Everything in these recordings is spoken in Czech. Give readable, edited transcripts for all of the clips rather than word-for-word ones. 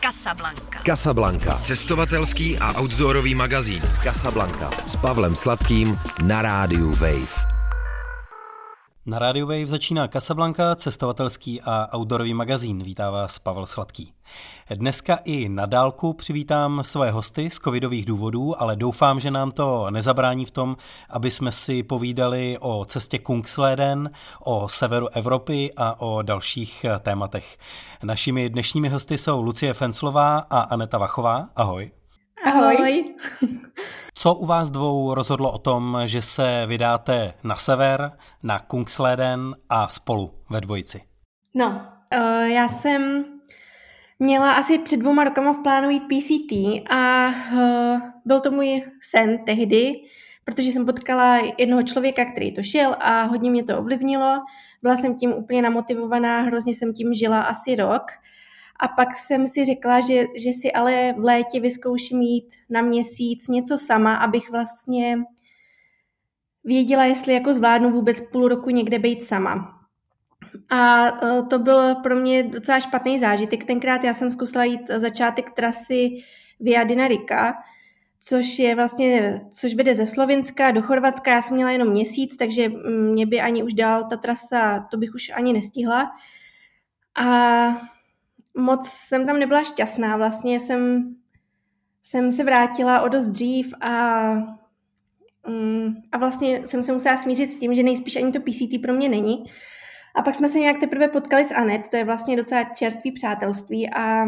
Casablanca. Cestovatelský a outdoorový magazín. Casablanca. S Pavlem Sladkým na rádiu Wave. Na rádiu Wave začíná Casablanca, cestovatelský a outdoorový magazín. Vítá vás Pavel Sladký. Dneska i na dálku přivítám své hosty z covidových důvodů, ale doufám, že nám to nezabrání v tom, aby jsme si povídali o cestě Kungsleden, o severu Evropy a o dalších tématech. Našimi dnešními hosty jsou Lucie Fenclová a Aneta Vachová. Ahoj. Ahoj. Co u vás dvou rozhodlo o tom, že se vydáte na sever, na Kungsleden a spolu ve dvojici? No, já jsem měla asi před 2 rokama v plánu jít PCT a byl to můj sen tehdy, protože jsem potkala jednoho člověka, který to šel a hodně mě to ovlivnilo. Byla jsem tím úplně namotivovaná, hrozně jsem tím žila asi rok. A pak jsem si řekla, že si ale v létě vyzkouším jít na měsíc něco sama, abych vlastně věděla, jestli jako zvládnu vůbec půl roku někde být sama. A to byl pro mě docela špatný zážitek. Tenkrát já jsem zkusila jít začátek trasy Via Dinarica, což vede ze Slovinska do Chorvatska. Já jsem měla jenom měsíc, takže mě by ani už dál ta trasa, to bych už ani nestihla. A moc jsem tam nebyla šťastná. Vlastně jsem se vrátila o dost dřív a vlastně jsem se musela smířit s tím, že nejspíš ani to PCT pro mě není. A pak jsme se nějak teprve potkali s Anet, to je vlastně docela čerstvý přátelství a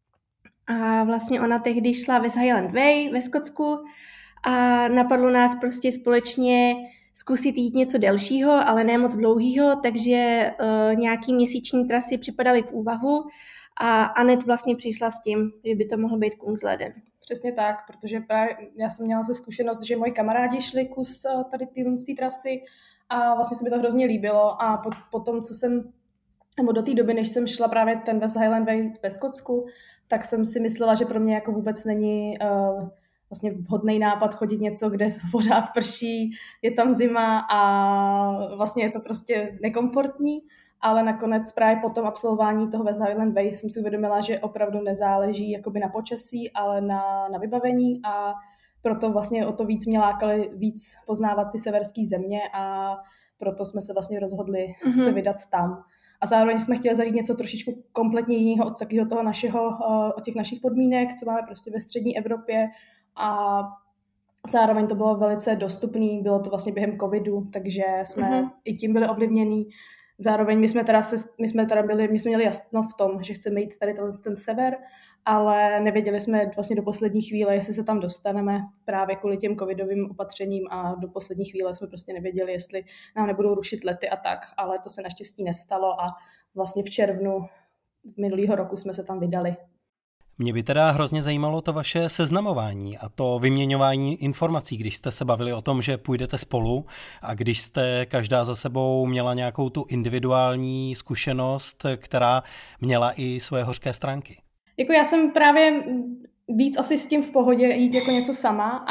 vlastně ona tehdy šla West Highland Way ve Skotsku a napadlo nás prostě společně zkusit jít něco delšího, ale ne moc dlouhýho, takže nějaký měsíční trasy připadaly v úvahu a Anet vlastně přišla s tím, že by to mohl být Kungsleden. Přesně tak, protože právě já jsem měla ze zkušenost, že moji kamarádi šli kus tady té trasy a vlastně se mi to hrozně líbilo a potom, nebo do té doby, než jsem šla právě ten West Highland Way ve Skotsku, tak jsem si myslela, že pro mě jako vůbec není vlastně vhodný nápad chodit něco, kde pořád prší, je tam zima a vlastně je to prostě nekomfortní, ale nakonec právě po tom absolvování toho West Highland Way jsem si uvědomila, že opravdu nezáleží jakoby na počasí, ale na vybavení a proto vlastně o to víc mě lákaly víc poznávat ty severské země a proto jsme se vlastně rozhodli se vydat tam. A zároveň jsme chtěli zažít něco trošičku kompletně jiného od takového toho od těch našich podmínek, co máme prostě ve střední Evropě a zároveň to bylo velice dostupné, bylo to vlastně během covidu, takže jsme i tím byli ovlivnění. Zároveň my jsme měli jasno v tom, že chceme jít tady ten sever, ale nevěděli jsme vlastně do poslední chvíle, jestli se tam dostaneme právě kvůli těm covidovým opatřením a do poslední chvíle jsme prostě nevěděli, jestli nám nebudou rušit lety a tak, ale to se naštěstí nestalo a vlastně v červnu minulého roku jsme se tam vydali. Mě by teda hrozně zajímalo to vaše seznamování a to vyměňování informací, když jste se bavili o tom, že půjdete spolu a když jste každá za sebou měla nějakou tu individuální zkušenost, která měla i svoje hořké stránky. Jako já jsem právě víc asi s tím v pohodě jít jako něco sama,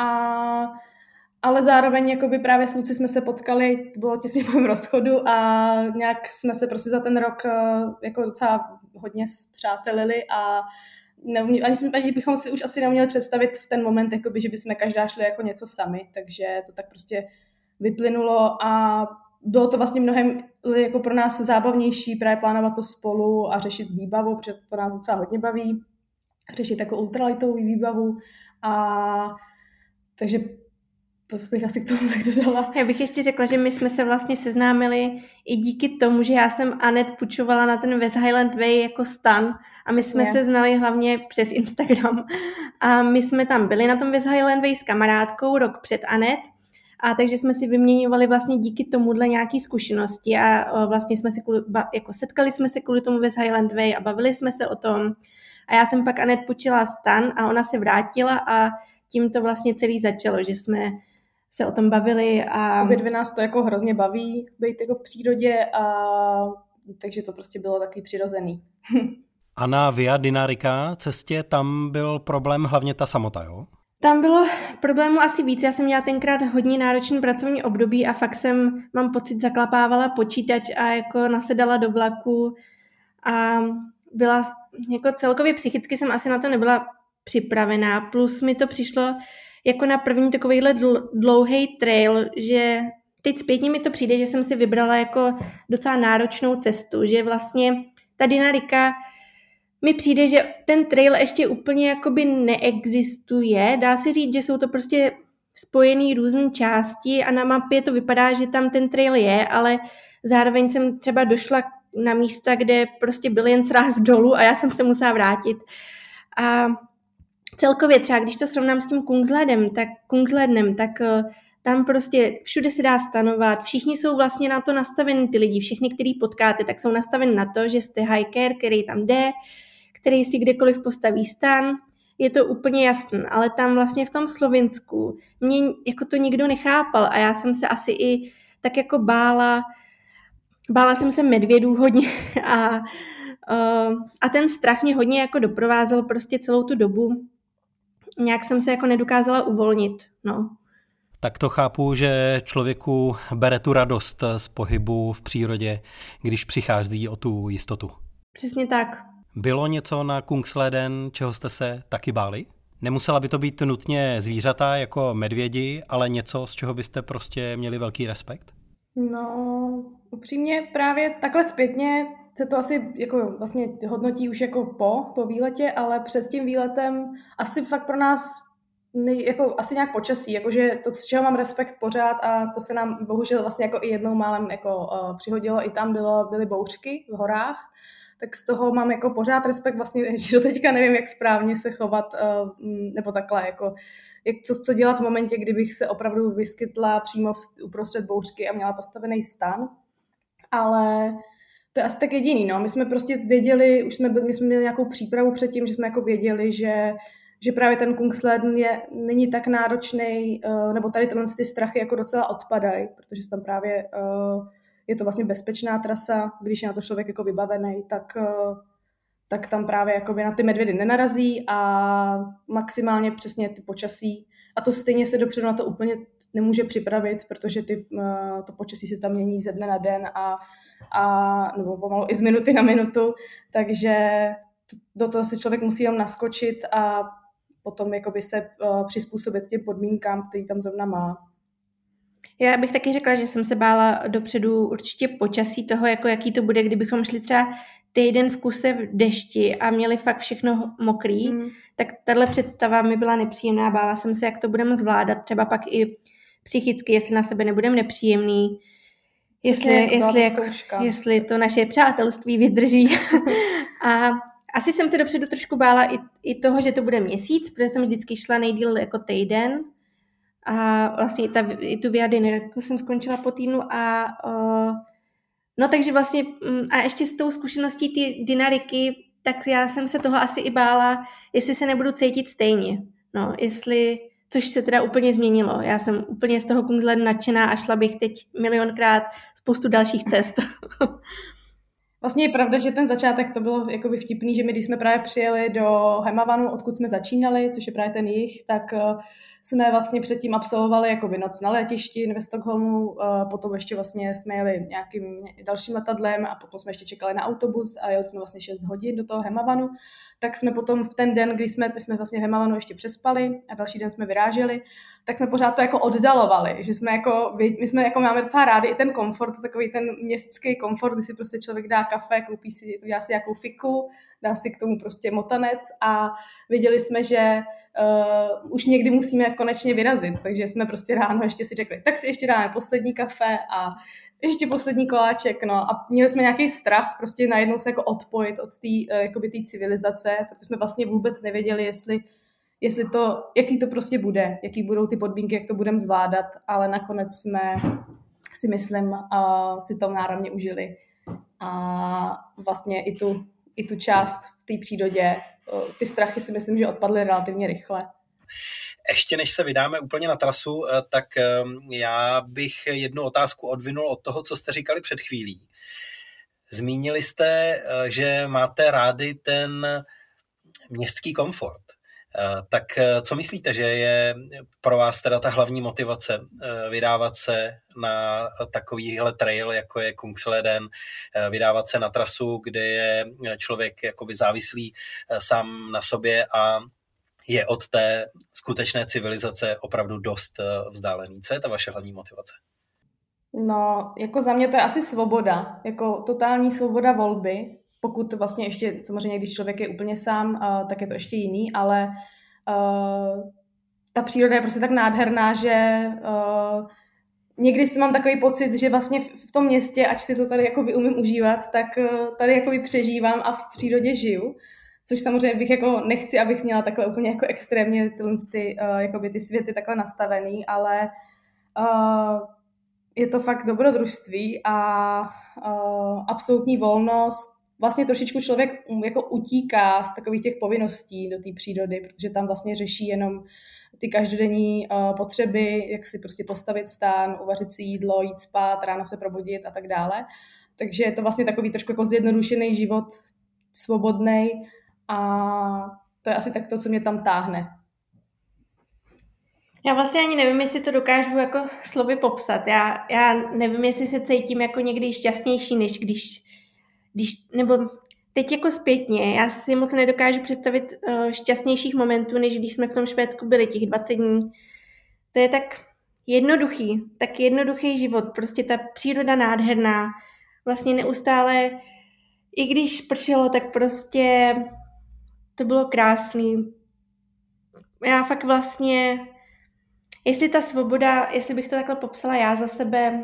ale zároveň jakoby právě s Lucí jsme se potkali, bylo těsně po mém rozchodu a nějak jsme se prostě za ten rok jako docela hodně spřátelili a ani bychom si už asi neuměli představit v ten moment, jakoby, že bychom každá šli jako něco sami, takže to tak prostě vyplynulo a bylo to vlastně mnohem jako pro nás zábavnější právě plánovat to spolu a řešit výbavu, protože to nás docela hodně baví, řešit jako ultralightovou výbavu a takže to bych asi k tomu tak dodala. Já bych ještě řekla, že my jsme se vlastně seznámili i díky tomu, že já jsem Anet půjčovala na ten West Highland Way jako stan a my jsme se znali hlavně přes Instagram. A my jsme tam byli na tom West Highland Way s kamarádkou rok před Anet a takže jsme si vyměňovali vlastně díky tomuhle nějaký zkušenosti a vlastně jsme se setkali jsme se kvůli tomu West Highland Way a bavili jsme se o tom. A já jsem pak Anet půjčila stan a ona se vrátila a tím to vlastně celý začalo, že jsme se o tom bavili a... Obě dvě nás to jako hrozně baví, být jako v přírodě a takže to prostě bylo taky přirozený. A na Via Dinarica cestě tam byl problém hlavně ta samota, jo? Tam bylo problémů asi víc. Já jsem měla tenkrát hodně náročný pracovní období a fakt mám pocit, zaklapávala počítač a jako nasedala do vlaku a byla, jako celkově psychicky jsem asi na to nebyla připravená, plus mi to přišlo jako na první takovýhle dlouhý trail, že teď zpětně mi to přijde, že jsem si vybrala jako docela náročnou cestu, že vlastně ta Dinarika mi přijde, že ten trail ještě úplně jakoby neexistuje. Dá se říct, že jsou to prostě spojený různé části a na mapě to vypadá, že tam ten trail je, ale zároveň jsem třeba došla na místa, kde prostě byl jen sráz dolů a já jsem se musela vrátit. A celkově třeba, když to srovnám s tím Kungslednem, tak tam prostě všude se dá stanovat, všichni jsou vlastně na to nastaveni, ty lidi, všichni, který potkáte, tak jsou nastaveni na to, že jste hiker, který tam jde, který si kdekoliv postaví stan, je to úplně jasný, ale tam vlastně v tom Slovinsku mě jako to nikdo nechápal a já jsem se asi i tak jako bála jsem se medvědů hodně a ten strach mě hodně jako doprovázel prostě celou tu dobu. Nějak jsem se jako nedokázala uvolnit, no. Tak to chápu, že člověku bere tu radost z pohybu v přírodě, když přichází o tu jistotu. Přesně tak. Bylo něco na Kungsleden, čeho jste se taky báli? Nemusela by to být nutně zvířata jako medvědi, ale něco, z čeho byste prostě měli velký respekt? No, upřímně právě takhle zpětně se to asi jako vlastně hodnotí už jako po výletě, ale před tím výletem asi fakt pro nás jako asi nějak počasí, jakože to, z čeho mám respekt pořád a to se nám bohužel vlastně jako i jednou málem jako přihodilo, i tam byly bouřky v horách, tak z toho mám jako pořád respekt vlastně, že do teďka nevím, jak správně se chovat, nebo takhle, jako co dělat v momentě, kdybych se opravdu vyskytla přímo uprostřed bouřky a měla postavený stan, ale to je asi tak jediný, no. My jsme prostě věděli, my jsme měli nějakou přípravu předtím, že jsme jako věděli, že právě ten Kungsleden není tak náročný, nebo tady ty strachy jako docela odpadají, protože tam právě je to vlastně bezpečná trasa, když je na to člověk jako vybavený, tak tam právě jakoby na ty medvědy nenarazí a maximálně přesně ty počasí. A to stejně se dopředu na to úplně nemůže připravit, protože to počasí se tam mění ze dne na den a nebo pomalu i z minuty na minutu, takže do toho si člověk musí jenom naskočit a potom jakoby se přizpůsobit těm podmínkám, který tam zrovna má. Já bych taky řekla, že jsem se bála dopředu určitě počasí toho, jako jaký to bude, kdybychom šli třeba týden v kuse v dešti a měli fakt všechno mokrý, tak tahle představa mi byla nepříjemná. Bála jsem se, jak to budeme zvládat, třeba pak i psychicky, jestli na sebe nebudeme nepříjemný, jestli to naše přátelství vydrží. A asi jsem se dopředu trošku bála i toho, že to bude měsíc, protože jsem vždycky šla nejdýl jako týden. A vlastně i tu Via Dinariku jsem skončila po týdnu no takže vlastně a ještě s tou zkušeností ty Dinariky, tak já jsem se toho asi i bála, jestli se nebudu cítit stejně, no, což se teda úplně změnilo. Já jsem úplně z toho Kungsledu nadšená a šla bych teď milionkrát spoustu dalších cest. Vlastně je pravda, že ten začátek to bylo jakoby vtipný, že my, když jsme právě přijeli do Hemavanu, odkud jsme začínali, což je právě ten jih, tak jsme vlastně předtím absolvovali jakoby noc na letišti ve Stockholmu, potom ještě vlastně jsme jeli nějakým dalším letadlem a potom jsme ještě čekali na autobus a jeli jsme vlastně 6 hodin do toho Hemavanu, tak jsme potom v ten den, kdy jsme vlastně v Hemavanu ještě přespali a další den jsme vyráželi, tak jsme pořád to jako oddalovali, že my jsme jako máme docela rádi i ten komfort, takový ten městský komfort, kdy si prostě člověk dá kafe, udělá si nějakou fiku, dá si k tomu prostě motanec a věděli jsme, že už někdy musíme konečně vyrazit, takže jsme prostě ráno ještě si řekli, tak si ještě dáme poslední kafe a ještě poslední koláček, no a měli jsme nějaký strach prostě najednou se jako odpojit od té civilizace, protože jsme vlastně vůbec nevěděli, jaký to prostě bude, jaký budou ty podmínky, jak to budeme zvládat, ale nakonec jsme si myslím si to náramně užili a vlastně i tu část v té přírodě, ty strachy si myslím, že odpadly relativně rychle. Ještě než se vydáme úplně na trasu, tak já bych jednu otázku odvinul od toho, co jste říkali před chvílí. Zmínili jste, že máte rádi ten městský komfort. Tak co myslíte, že je pro vás teda ta hlavní motivace vydávat se na takovýhle trail, jako je Kungsleden, vydávat se na trasu, kde je člověk jakoby závislý sám na sobě a je od té skutečné civilizace opravdu dost vzdálený? Co je ta vaše hlavní motivace? No, jako za mě to je asi svoboda, jako totální svoboda volby, pokud vlastně ještě, samozřejmě, když člověk je úplně sám, tak je to ještě jiný, ale ta příroda je prostě tak nádherná, že někdy mám takový pocit, že vlastně v tom městě, ač si to tady jakoby umím užívat, tak tady jakoby přežívám a v přírodě žiju, což samozřejmě bych jako nechci, abych měla takhle úplně jako extrémně jakoby ty světy takhle nastavený, ale je to fakt dobrodružství a absolutní volnost. Vlastně trošičku člověk jako utíká z takových těch povinností do té přírody, protože tam vlastně řeší jenom ty každodenní potřeby, jak si prostě postavit stán, uvařit si jídlo, jít spát, ráno se probudit a tak dále. Takže je to vlastně takový trošku jako zjednodušený život, svobodnej a to je asi tak to, co mě tam táhne. Já vlastně ani nevím, jestli to dokážu jako slovy popsat. Já nevím, jestli se cítím jako někdy šťastnější, než když nebo teď jako zpětně. Já si moc nedokážu představit šťastnějších momentů, než když jsme v tom Švédsku byli těch 20 dní. To je tak jednoduchý život. Prostě ta příroda nádherná. Vlastně neustále, i když pršelo, tak prostě to bylo krásný. Já fakt vlastně, jestli ta svoboda, jestli bych to takhle popsala já za sebe,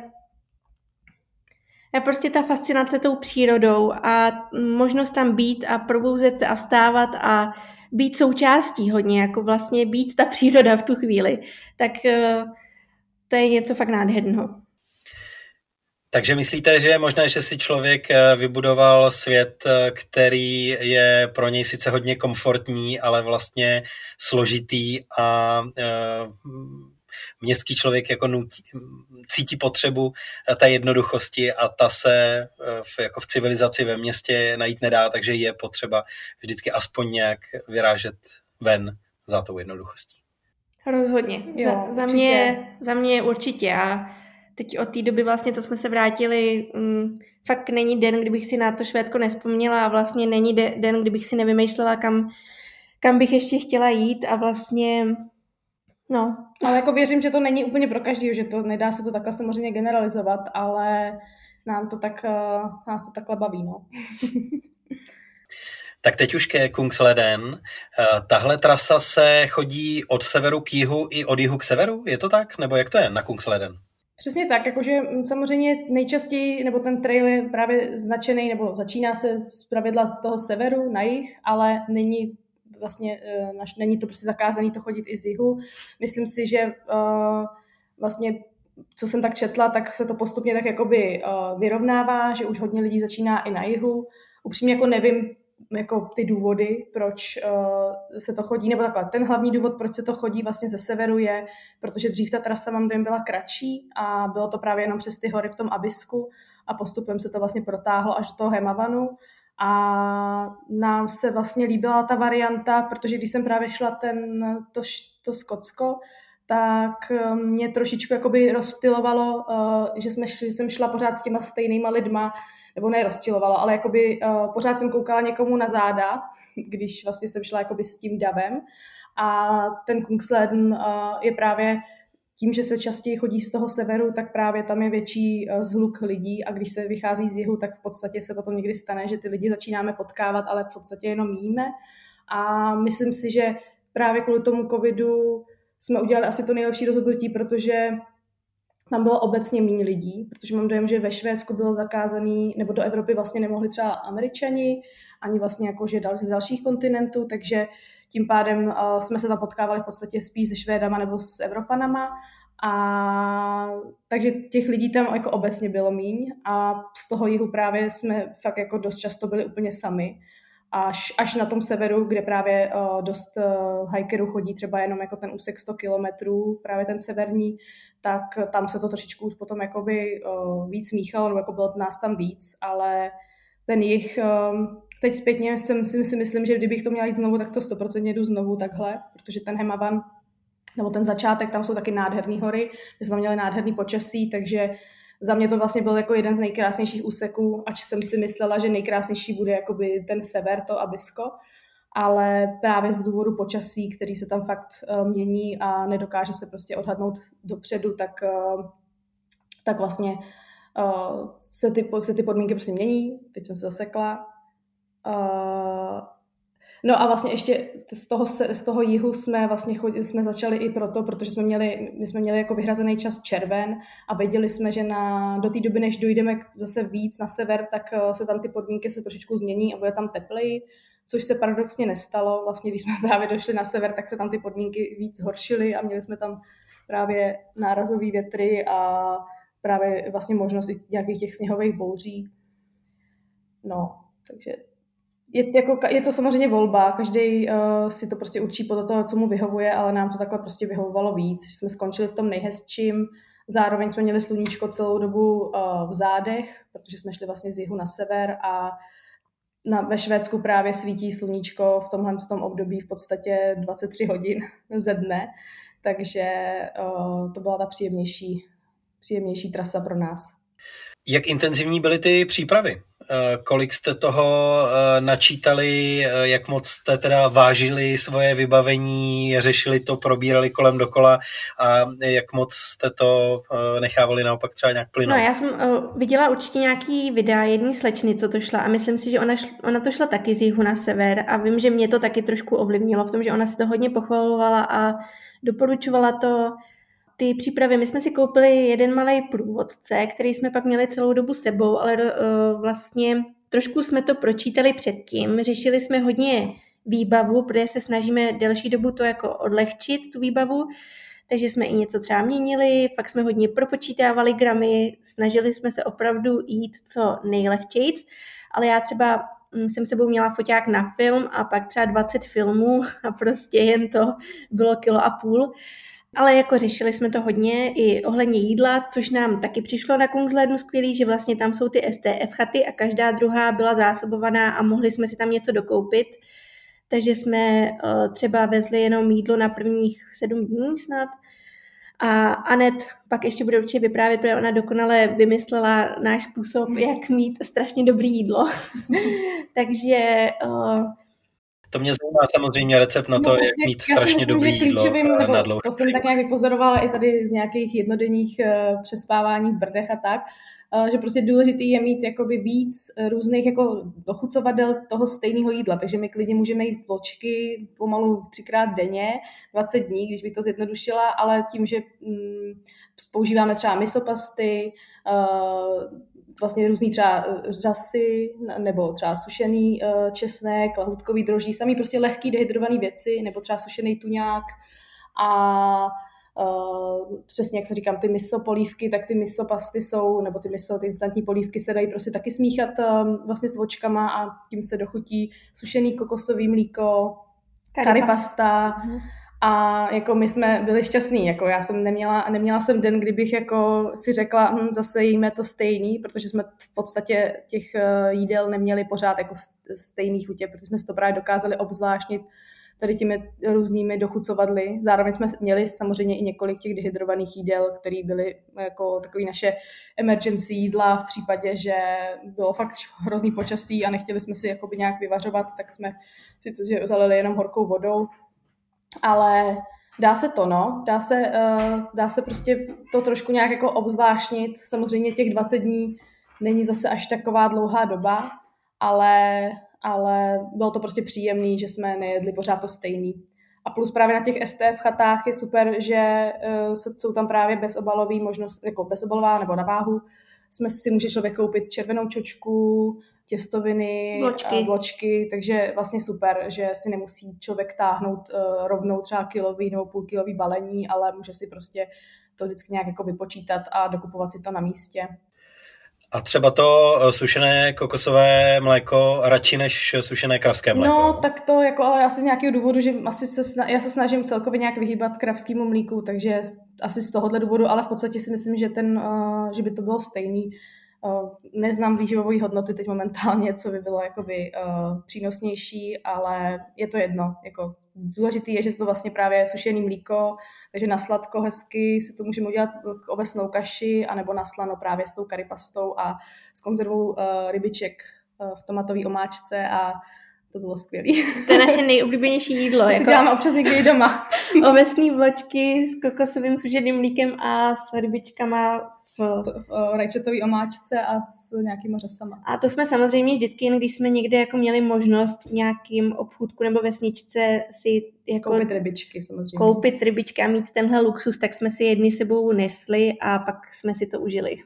je prostě ta fascinace tou přírodou a možnost tam být a probouzet se a vstávat a být součástí hodně, jako vlastně být ta příroda v tu chvíli, tak to je něco fakt nádherného. Takže myslíte, že je možné, že si člověk vybudoval svět, který je pro něj sice hodně komfortní, ale vlastně složitý a městský člověk jako cítí potřebu té jednoduchosti a ta se jako v civilizaci ve městě najít nedá, takže je potřeba vždycky aspoň nějak vyrážet ven za tou jednoduchostí. Rozhodně. Jo, za mě určitě. A teď od té doby vlastně, co jsme se vrátili, fakt není den, kdybych si na to Švédsko nevzpomněla a vlastně není den, kdybych si nevymýšlela, kam bych ještě chtěla jít a vlastně no. Ale jako věřím, že to není úplně pro každého, že to nedá se to takhle samozřejmě generalizovat, ale nás to takhle baví, no. Tak teď už ke Kungsleden. Tahle trasa se chodí od severu k jihu i od jihu k severu? Je to tak? Nebo jak to je na Kungsleden? Přesně tak, jakože samozřejmě nejčastěji, nebo ten trail je právě značený, nebo začíná se zpravidla z toho severu na jih, ale není to prostě zakázané to chodit i z jihu. Myslím si, že vlastně, co jsem tak četla, tak se to postupně tak jakoby vyrovnává, že už hodně lidí začíná i na jihu. Upřímně jako nevím, jako ty důvody, proč se to chodí, nebo takhle, ten hlavní důvod, proč se to chodí vlastně ze severu je, protože dřív ta trasa mám dojem byla kratší a bylo to právě jenom přes ty hory v tom Abisku a postupem se to vlastně protáhlo až do toho Hemavanu a nám se vlastně líbila ta varianta, protože když jsem právě šla to Skotsko, tak mě trošičku jakoby rozptylovalo, že jsem šla pořád s těma stejnýma lidma, nebo ne rozčilovalo, ale jakoby pořád jsem koukala někomu na záda, když vlastně jsem šla jakoby s tím davem. A ten Kungsleden je právě tím, že se častěji chodí z toho severu, tak právě tam je větší zhluk lidí a když se vychází z jihu, tak v podstatě se potom někdy stane, že ty lidi začínáme potkávat, ale v podstatě jenom jíme. A myslím si, že právě kvůli tomu covidu jsme udělali asi to nejlepší rozhodnutí, protože tam bylo obecně méně lidí, protože mám dojem, že ve Švédsku bylo zakázaný, nebo do Evropy vlastně nemohli třeba Američani, ani vlastně jakože z dalších kontinentů, takže tím pádem jsme se tam potkávali v podstatě spíš se Švédama nebo s Evropanama a takže těch lidí tam jako obecně bylo míň a z toho jihu právě jsme fakt jako dost často byli úplně sami. Až na tom severu, kde právě dost hikerů chodí třeba jenom jako ten úsek 100 kilometrů, právě ten severní, tak tam se to trošičku už potom jakoby víc míchalo, nebo jako bylo nás tam víc, ale ten teď zpětně si myslím, že kdybych to měla jít znovu, tak to 100% jdu znovu takhle, protože ten Hemavan, nebo ten začátek, tam jsou taky nádherný hory, my jsme tam měli nádherný počasí, takže za mě to vlastně byl jako jeden z nejkrásnějších úseků, ač jsem si myslela, že nejkrásnější bude jakoby ten sever, to Abisko, ale právě z důvodu počasí, který se tam fakt mění a nedokáže se prostě odhadnout dopředu, tak vlastně se ty podmínky prostě mění. Teď jsem se zasekla. No a vlastně ještě z toho jihu jsme vlastně jsme začali i protože my jsme měli jako vyhrazený čas červen a věděli jsme, že do té doby, než dojdeme zase víc na sever, tak se tam ty podmínky se trošičku změní a bude tam tepleji, což se paradoxně nestalo. Vlastně když jsme právě došli na sever, tak se tam ty podmínky víc zhoršily a měli jsme tam právě nárazové větry a právě vlastně možnost i nějakých těch sněhových bouří. No, takže je to samozřejmě volba, každý si to prostě určí podle toho, co mu vyhovuje, ale nám to takhle prostě vyhovovalo víc. Jsme skončili v tom nejhezčím, zároveň jsme měli sluníčko celou dobu v zádech, protože jsme šli vlastně z jihu na sever a ve Švédsku právě svítí sluníčko v tomhle období v podstatě 23 hodin ze dne, takže to byla ta příjemnější trasa pro nás. Jak intenzivní byly ty přípravy? Kolik jste toho načítali, jak moc jste teda vážili svoje vybavení, řešili to, probírali kolem dokola a jak moc jste to nechávali naopak třeba nějak plynout? No, já jsem viděla určitě nějaký videa jedné slečny, co to šla a myslím si, že ona to šla taky z jihu na sever a vím, že mě to taky trošku ovlivnilo v tom, že ona si to hodně pochvalovala a doporučovala to. Ty přípravy, my jsme si koupili jeden malý průvodce, který jsme pak měli celou dobu sebou, ale vlastně trošku jsme to pročítali předtím. Řešili jsme hodně výbavu, protože se snažíme delší dobu to jako odlehčit, tu výbavu, takže jsme i něco třeba měnili, pak jsme hodně propočítávali gramy, snažili jsme se opravdu jít co nejlehčejc, ale já třeba jsem sebou měla foťák na film a pak třeba 20 filmů a prostě jen to bylo 1,5 kg. Ale jako řešili jsme to hodně i ohledně jídla, což nám taky přišlo na Kungsleden skvělý, že vlastně tam jsou ty STF chaty a každá druhá byla zásobovaná a mohli jsme si tam něco dokoupit. Takže jsme třeba vezli jenom jídlo na prvních 7 dní snad. A Anet pak ještě bude určitě vyprávět, protože ona dokonale vymyslela náš způsob, jak mít strašně dobré jídlo. Takže... To mě zajímá samozřejmě recept na to, jak mít strašně dobré jídlo na dlouhé. To jsem tak nějak vypozorovala i tady z nějakých jednodenních přespávání v Brdech a tak, že prostě důležitý je mít jakoby víc různých jako dochucovadel toho stejného jídla, takže my klidně můžeme jíst vločky pomalu 3krát denně, 20 dní, když bych to zjednodušila, ale tím, že používáme třeba misopasty, vlastně různý třeba řasy nebo třeba sušený česnek, lahůdkový droždí, samý prostě lehký dehydrovaný věci, nebo třeba sušený tuňák a přesně jak se říkám, ty miso polívky, tak ty misopasty jsou, nebo ty instantní polívky se dají prostě taky smíchat vlastně s vočkama a tím se dochutí sušený kokosový mlíko, curry pasta. A jako my jsme byli šťastní, jako já jsem neměla jsem den, kdybych jako si řekla, zase jíme to stejný, protože jsme v podstatě těch jídel neměli pořád jako stejný chutě, protože jsme si to právě dokázali obzvláštnit tady těmi různými dochucovadly. Zároveň jsme měli samozřejmě i několik těch dehydrovaných jídel, které byly jako takový naše emergency jídla v případě, že bylo fakt hrozný počasí a nechtěli jsme si jakoby nějak vyvařovat, tak jsme si to zalili jenom horkou vodou. Ale dá se to, no. Dá se prostě to trošku nějak jako obzvláštnit. Samozřejmě těch 20 dní není zase až taková dlouhá doba, ale bylo to prostě příjemný, že jsme nejedli pořád to stejný. A plus právě na těch STF chatách je super, že jsou tam právě bezobalový možnost, jako bezobalová nebo na váhu. Si může člověk koupit červenou čočku, těstoviny, vločky, takže vlastně super, že si nemusí člověk táhnout rovnou třeba kilový nebo půlkilový balení, ale může si prostě to vždycky nějak jako vypočítat a dokupovat si to na místě. A třeba to sušené kokosové mléko radši než sušené kravské mléko? No, tak to jako ale asi z nějakého důvodu, že já se snažím celkově nějak vyhýbat kravskému mlíku, takže asi z tohohle důvodu, ale v podstatě si myslím, že by to bylo stejný. Neznám výživové hodnoty teď momentálně, co by bylo jakoby přínosnější, ale je to jedno. Jako důležitý je, že je to vlastně právě sušený mlíko, takže na sladko hezky si to můžeme udělat k ovesnou kaši, anebo na slano právě s tou currypastou a s konzervou rybiček v tomatové omáčce a to bylo skvělý. To je naše nejoblíbenější jídlo. To si děláme občas někdy doma. Ovesný vločky s kokosovým sušeným mlíkem a s rybičkama v rajčatové omáčce a s nějakýma řasama. A to jsme samozřejmě vždycky, jen když jsme někde jako měli možnost v nějakém obchůdku nebo vesničce si jako koupit rybičky a mít tenhle luxus, tak jsme si jedni sebou nesli a pak jsme si to užili.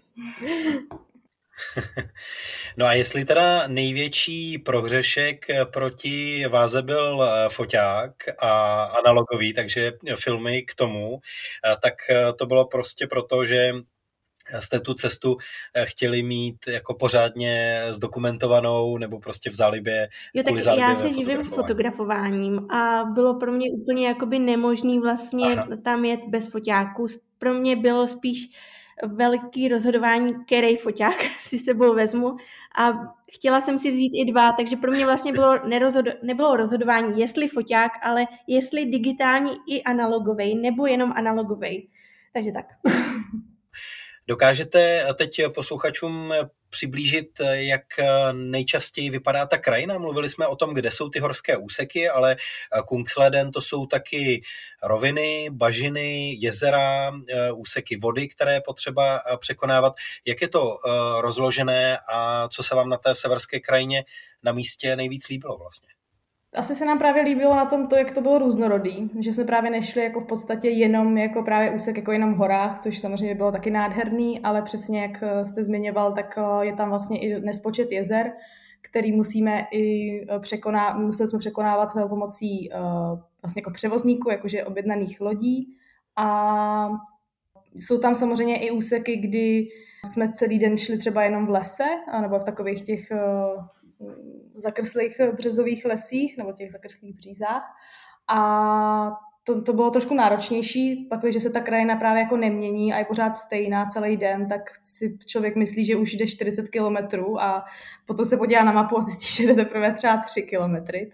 No a jestli teda největší prohřešek proti váze byl foťák a analogový, takže filmy k tomu, tak to bylo prostě proto, že jste tu cestu chtěli mít jako pořádně zdokumentovanou nebo prostě v zálibě. Jo, tak já se živím fotografováním a bylo pro mě úplně jakoby nemožný vlastně tam jet bez foťáku. Pro mě bylo spíš veliký rozhodování, který foťák si sebou vezmu a chtěla jsem si vzít i 2, takže pro mě vlastně nebylo rozhodování, jestli foťák, ale jestli digitální i analogovej, nebo jenom analogovej. Takže tak. Dokážete teď posluchačům přiblížit, jak nejčastěji vypadá ta krajina? Mluvili jsme o tom, kde jsou ty horské úseky, ale Kungsleden to jsou taky roviny, bažiny, jezera, úseky vody, které je potřeba překonávat. Jak je to rozložené a co se vám na té severské krajině na místě nejvíc líbilo vlastně? Asi se nám právě líbilo na tom to, jak to bylo různorodý, že jsme právě nešli jako v podstatě jenom jako právě úsek jako jenom v horách, což samozřejmě bylo taky nádherný, ale přesně jak jste zmiňoval, tak je tam vlastně i nespočet jezer, který museli jsme překonávat pomocí vlastně jako převozníků, jakože objednaných lodí a jsou tam samozřejmě i úseky, kdy jsme celý den šli třeba jenom v lese, nebo v takových těch zakrslých březových lesích nebo těch zakrslých břízách a to bylo trošku náročnější, pak, když se ta krajina právě jako nemění a je pořád stejná celý den, tak si člověk myslí, že už jde 40 kilometrů a potom se podívá na mapu a zjistí, že jde teprve třeba 3 kilometry,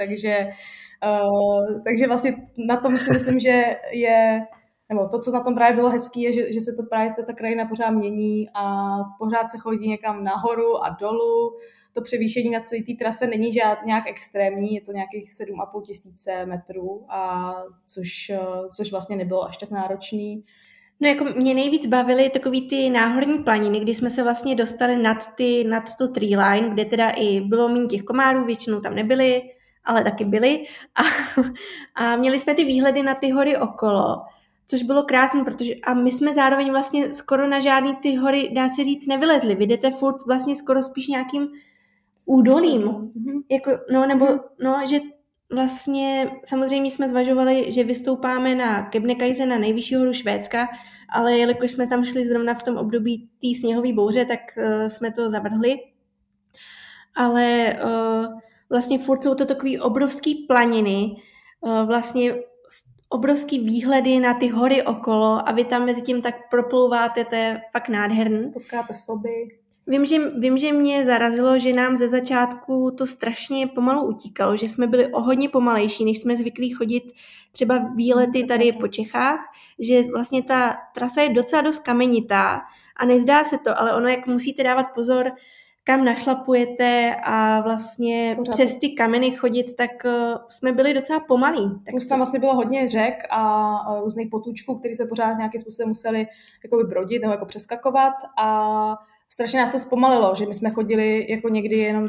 takže vlastně na tom si myslím, že je, nebo to, co na tom právě bylo hezký, je, že se to právě ta krajina pořád mění a pořád se chodí někam nahoru a dolů. To převýšení na celé té trase není nějak extrémní, je to nějakých 7,5 tisíce metrů, což vlastně nebylo až tak náročný. No jako mě nejvíc bavily takový ty náhorní planiny, kdy jsme se vlastně dostali nad tu tree line, kde teda i bylo méně těch komárů, většinou tam nebyly, ale taky byly a měli jsme ty výhledy na ty hory okolo, což bylo krásné, protože a my jsme zároveň vlastně skoro na žádný ty hory, dá se říct, nevylezli. Vy jdete furt vlastně skoro spíš nějakým údolím. Jako, že vlastně samozřejmě jsme zvažovali, že vystoupáme na Kebnekaise, na nejvyšší horu Švédska, ale jelikož jsme tam šli zrovna v tom období té sněhové bouře, tak jsme to zavrhli. Ale vlastně furt jsou to takový obrovský planiny, vlastně obrovský výhledy na ty hory okolo a vy tam mezi tím tak proplouváte, to je fakt nádherný. Potkáte soby. Vím, že mě zarazilo, že nám ze začátku to strašně pomalu utíkalo, že jsme byli o hodně pomalejší, než jsme zvyklí chodit třeba výlety tady po Čechách, že vlastně ta trasa je docela dost kamenitá a nezdá se to, ale ono, jak musíte dávat pozor, kam našlapujete a vlastně přes ty kameny chodit, tak jsme byli docela pomalí. Plus tam vlastně bylo hodně řek a různých potůčků, které se pořád nějakým způsobem museli jakoby brodit nebo jako přeskakovat a strašně nás to zpomalilo, že my jsme chodili jako někdy jenom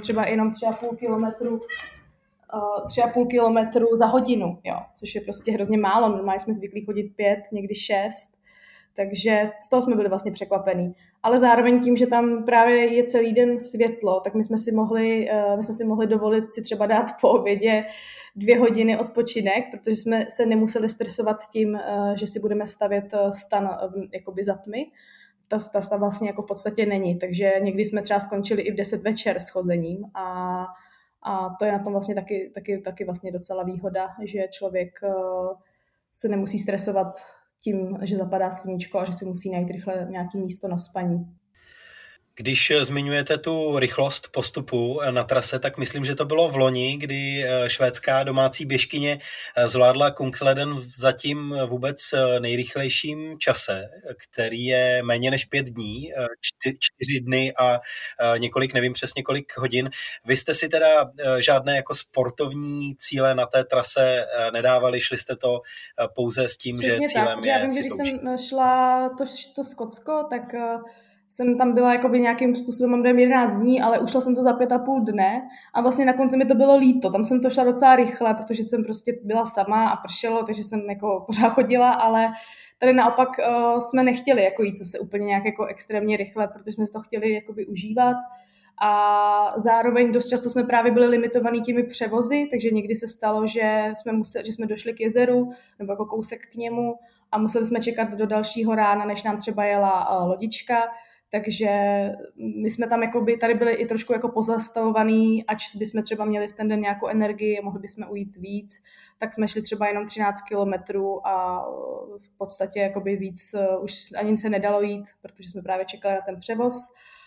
3,5 kilometru za hodinu, jo, což je prostě hrozně málo, normálně jsme zvyklí chodit 5, někdy 6, takže z toho jsme byli vlastně překvapení. Ale zároveň tím, že tam právě je celý den světlo, tak my jsme si mohli dovolit si třeba dát po obědě 2 hodiny odpočinek, protože jsme se nemuseli stresovat tím, že si budeme stavět stan jakoby za tmy. Ta stav vlastně jako v podstatě není, takže někdy jsme třeba skončili i v 10 večer s chozením a to je na tom vlastně taky vlastně docela výhoda, že člověk se nemusí stresovat tím, že zapadá sluníčko a že si musí najít rychle nějaké místo na spaní. Když zmiňujete tu rychlost postupu na trase, tak myslím, že to bylo v loni, kdy švédská domácí běžkyně zvládla Kungsleden v zatím vůbec nejrychlejším čase, který je méně než 5 dní, 4 dny a několik, nevím přesně kolik hodin. Vy jste si teda žádné jako sportovní cíle na té trase nedávali, šli jste to pouze s tím, přesně že cílem tak, je já vím, si že když to užít. jsem šla to Skotsko, tak jsem tam byla jakoby nějakým způsobem, mám 11 dní, ale ušla jsem to za 5,5 dne a vlastně na konci mi to bylo líto. Tam jsem to šla docela rychle, protože jsem prostě byla sama a pršelo, takže jsem jako pořád chodila, ale tady naopak jsme nechtěli jako jít se úplně nějak jako extrémně rychle, protože jsme si to chtěli jakoby užívat a zároveň dost často jsme právě byli limitovaní těmi převozy, takže někdy se stalo, že jsme došli k jezeru nebo jako kousek k němu a museli jsme čekat do dalšího rána, než nám třeba jela lodička. Takže my jsme tam jakoby, tady byli i trošku jako pozastavovaný, ač bychom třeba měli v ten den nějakou energii, mohli bychom ujít víc, tak jsme šli třeba jenom 13 kilometrů a v podstatě jakoby víc už ani se nedalo jít, protože jsme právě čekali na ten převoz.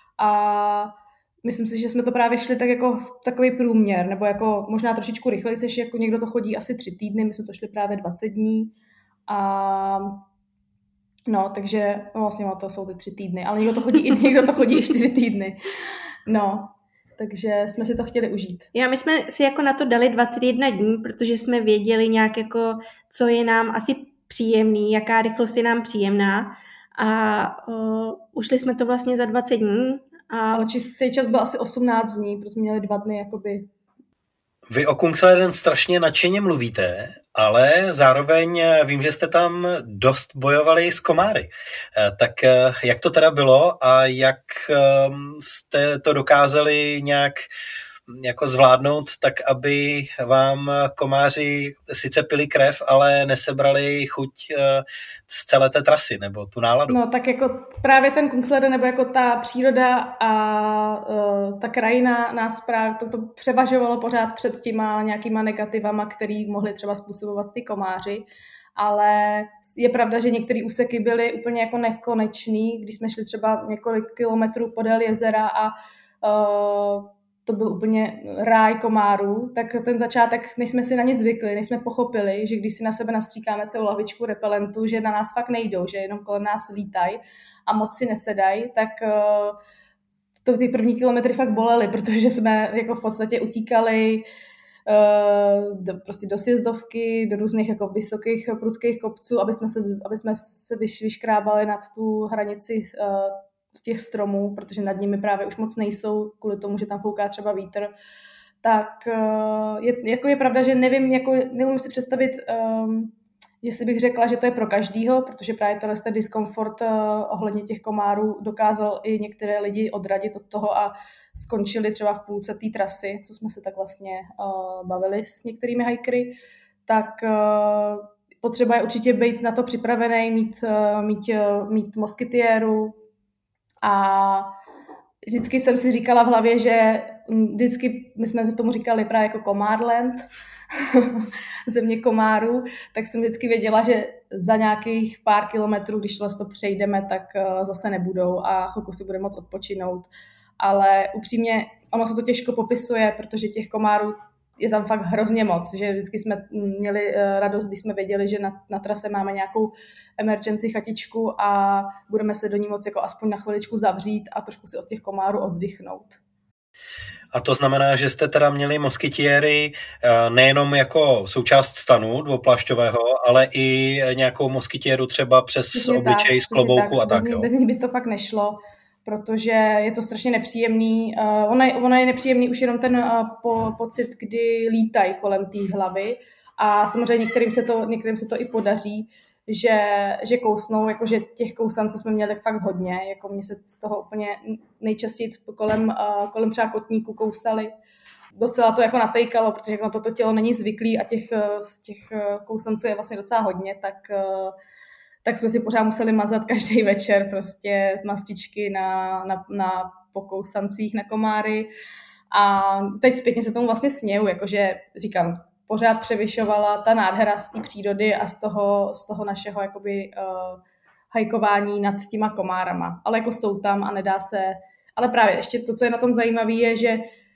A myslím si, že jsme to právě šli tak jako v takový průměr, nebo jako možná trošičku rychleji, což jako někdo to chodí asi 3 týdny, my jsme to šli právě 20 dní a no, takže vlastně to jsou ty 3 týdny, ale někdo to chodí i 4 týdny. No, takže jsme si to chtěli užít. My jsme si jako na to dali 21 dní, protože jsme věděli nějak jako, co je nám asi příjemný, jaká rychlost je nám příjemná a ušli jsme to vlastně za 20 dní. Ale čistý čas byl asi 18 dní, protože jsme měli 2 dny jakoby. Vy o Kungsleden strašně nadšeně mluvíte, ale zároveň vím, že jste tam dost bojovali s komáry. Tak jak to teda bylo a jak jste to dokázali nějak jako zvládnout, tak aby vám komáři sice pili krev, ale nesebrali chuť z celé té trasy nebo tu náladu? No tak jako právě ten Kungsleden nebo jako ta příroda a ta krajina nás právě to převažovalo pořád před těma nějakýma negativama, který mohli třeba způsobovat ty komáři. Ale je pravda, že některé úseky byly úplně jako nekonečný, když jsme šli třeba několik kilometrů podél jezera a to byl úplně ráj komárů, tak ten začátek, než jsme si na ně zvykli, než jsme pochopili, že když si na sebe nastříkáme celou lavičku repelentu, že na nás fakt nejdou, že jenom kolem nás lítají a moc si nesedají, tak ty první kilometry fakt bolely, protože jsme jako v podstatě utíkali prostě do sjezdovky, do různých jako vysokých prudkých kopců, aby jsme se vyškrábali nad tu hranici těch stromů, protože nad nimi právě už moc nejsou, kvůli tomu, že tam fouká třeba vítr, tak je pravda, že nevím si představit, jestli bych řekla, že to je pro každýho, protože právě ten diskomfort ohledně těch komárů dokázal i některé lidi odradit od toho a skončili třeba v půlce té trasy, co jsme se tak vlastně bavili s některými hikery, tak potřeba je určitě být na to připravený, mít moskytiéru. A vždycky jsem si říkala v hlavě, že vždycky, my jsme tomu říkali právě jako Komárland, země komárů, tak jsem vždycky věděla, že za nějakých pár kilometrů, když to přejdeme, tak zase nebudou a chvilku si budeme moct odpočinout. Ale upřímně, ono se to těžko popisuje, protože těch komárů je tam fakt hrozně moc, že vždycky jsme měli radost, když jsme věděli, že na trase máme nějakou emergency chatičku a budeme se do ní moct jako aspoň na chviličku zavřít a trošku si od těch komárů oddychnout. A to znamená, že jste teda měli moskytiéry nejenom jako součást stanu dvouplášťového, ale i nějakou moskytiéru třeba přes obličej z klobouku a tak. Bez ní by to fakt nešlo, protože je to strašně nepříjemný. Ono je nepříjemný už jenom ten pocit, kdy lítají kolem té hlavy a samozřejmě některým se to i podaří, že kousnou, jakože těch kousan, co jsme měli fakt hodně, jako mě se z toho úplně nejčastěji kolem třeba kotníku kousali. Docela to jako natejkalo, protože na toto tělo není zvyklý a z těch kousanců je vlastně docela hodně, tak jsme si pořád museli mazat každý večer prostě mastičky na pokousancích, na komáry. A teď zpětně se tomu vlastně směju, jakože říkám, pořád převyšovala ta nádhera z té přírody a z toho našeho jakoby hajkování nad těma komárama. Ale jako jsou tam a nedá se, ale právě ještě to, co je na tom zajímavé, je, že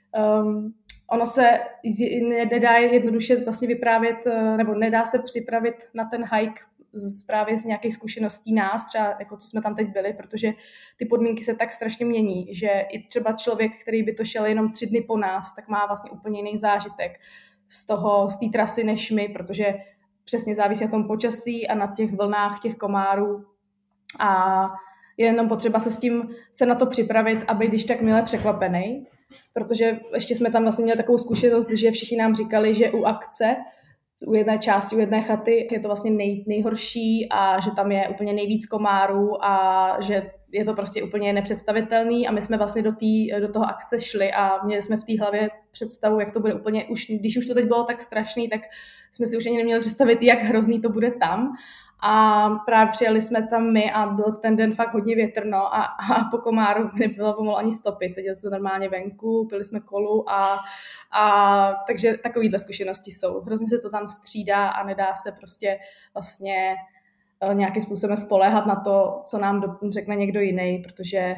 ono se nedá jednoduše vlastně vyprávět, nebo nedá se připravit na ten hike právě z nějakých zkušeností nás, třeba jako co jsme tam teď byli, protože ty podmínky se tak strašně mění, že i třeba člověk, který by to šel jenom 3 dny po nás, tak má vlastně úplně jiný zážitek z té trasy než my, protože přesně závisí na tom počasí a na těch vlnách těch komárů a je jenom potřeba se na to připravit, aby když tak mile překvapený, protože ještě jsme tam vlastně měli takovou zkušenost, že všichni nám říkali, že u akce, u jedné části, u jedné chaty je to vlastně nejhorší a že tam je úplně nejvíc komárů a že je to prostě úplně nepředstavitelný a my jsme vlastně do toho akce šli a měli jsme v té hlavě představu, jak to bude úplně, když už to teď bylo tak strašný, tak jsme si už ani neměli představit, jak hrozný to bude tam. A právě přijeli jsme tam my a byl v ten den fakt hodně větrno a po komáru nebylo pomalu ani stopy. Seděli jsme normálně venku, pili jsme kolu a takže takovýhle zkušenosti jsou. Hrozně se to tam střídá a nedá se prostě vlastně nějakým způsobem spoléhat na to, co nám řekne někdo jiný, protože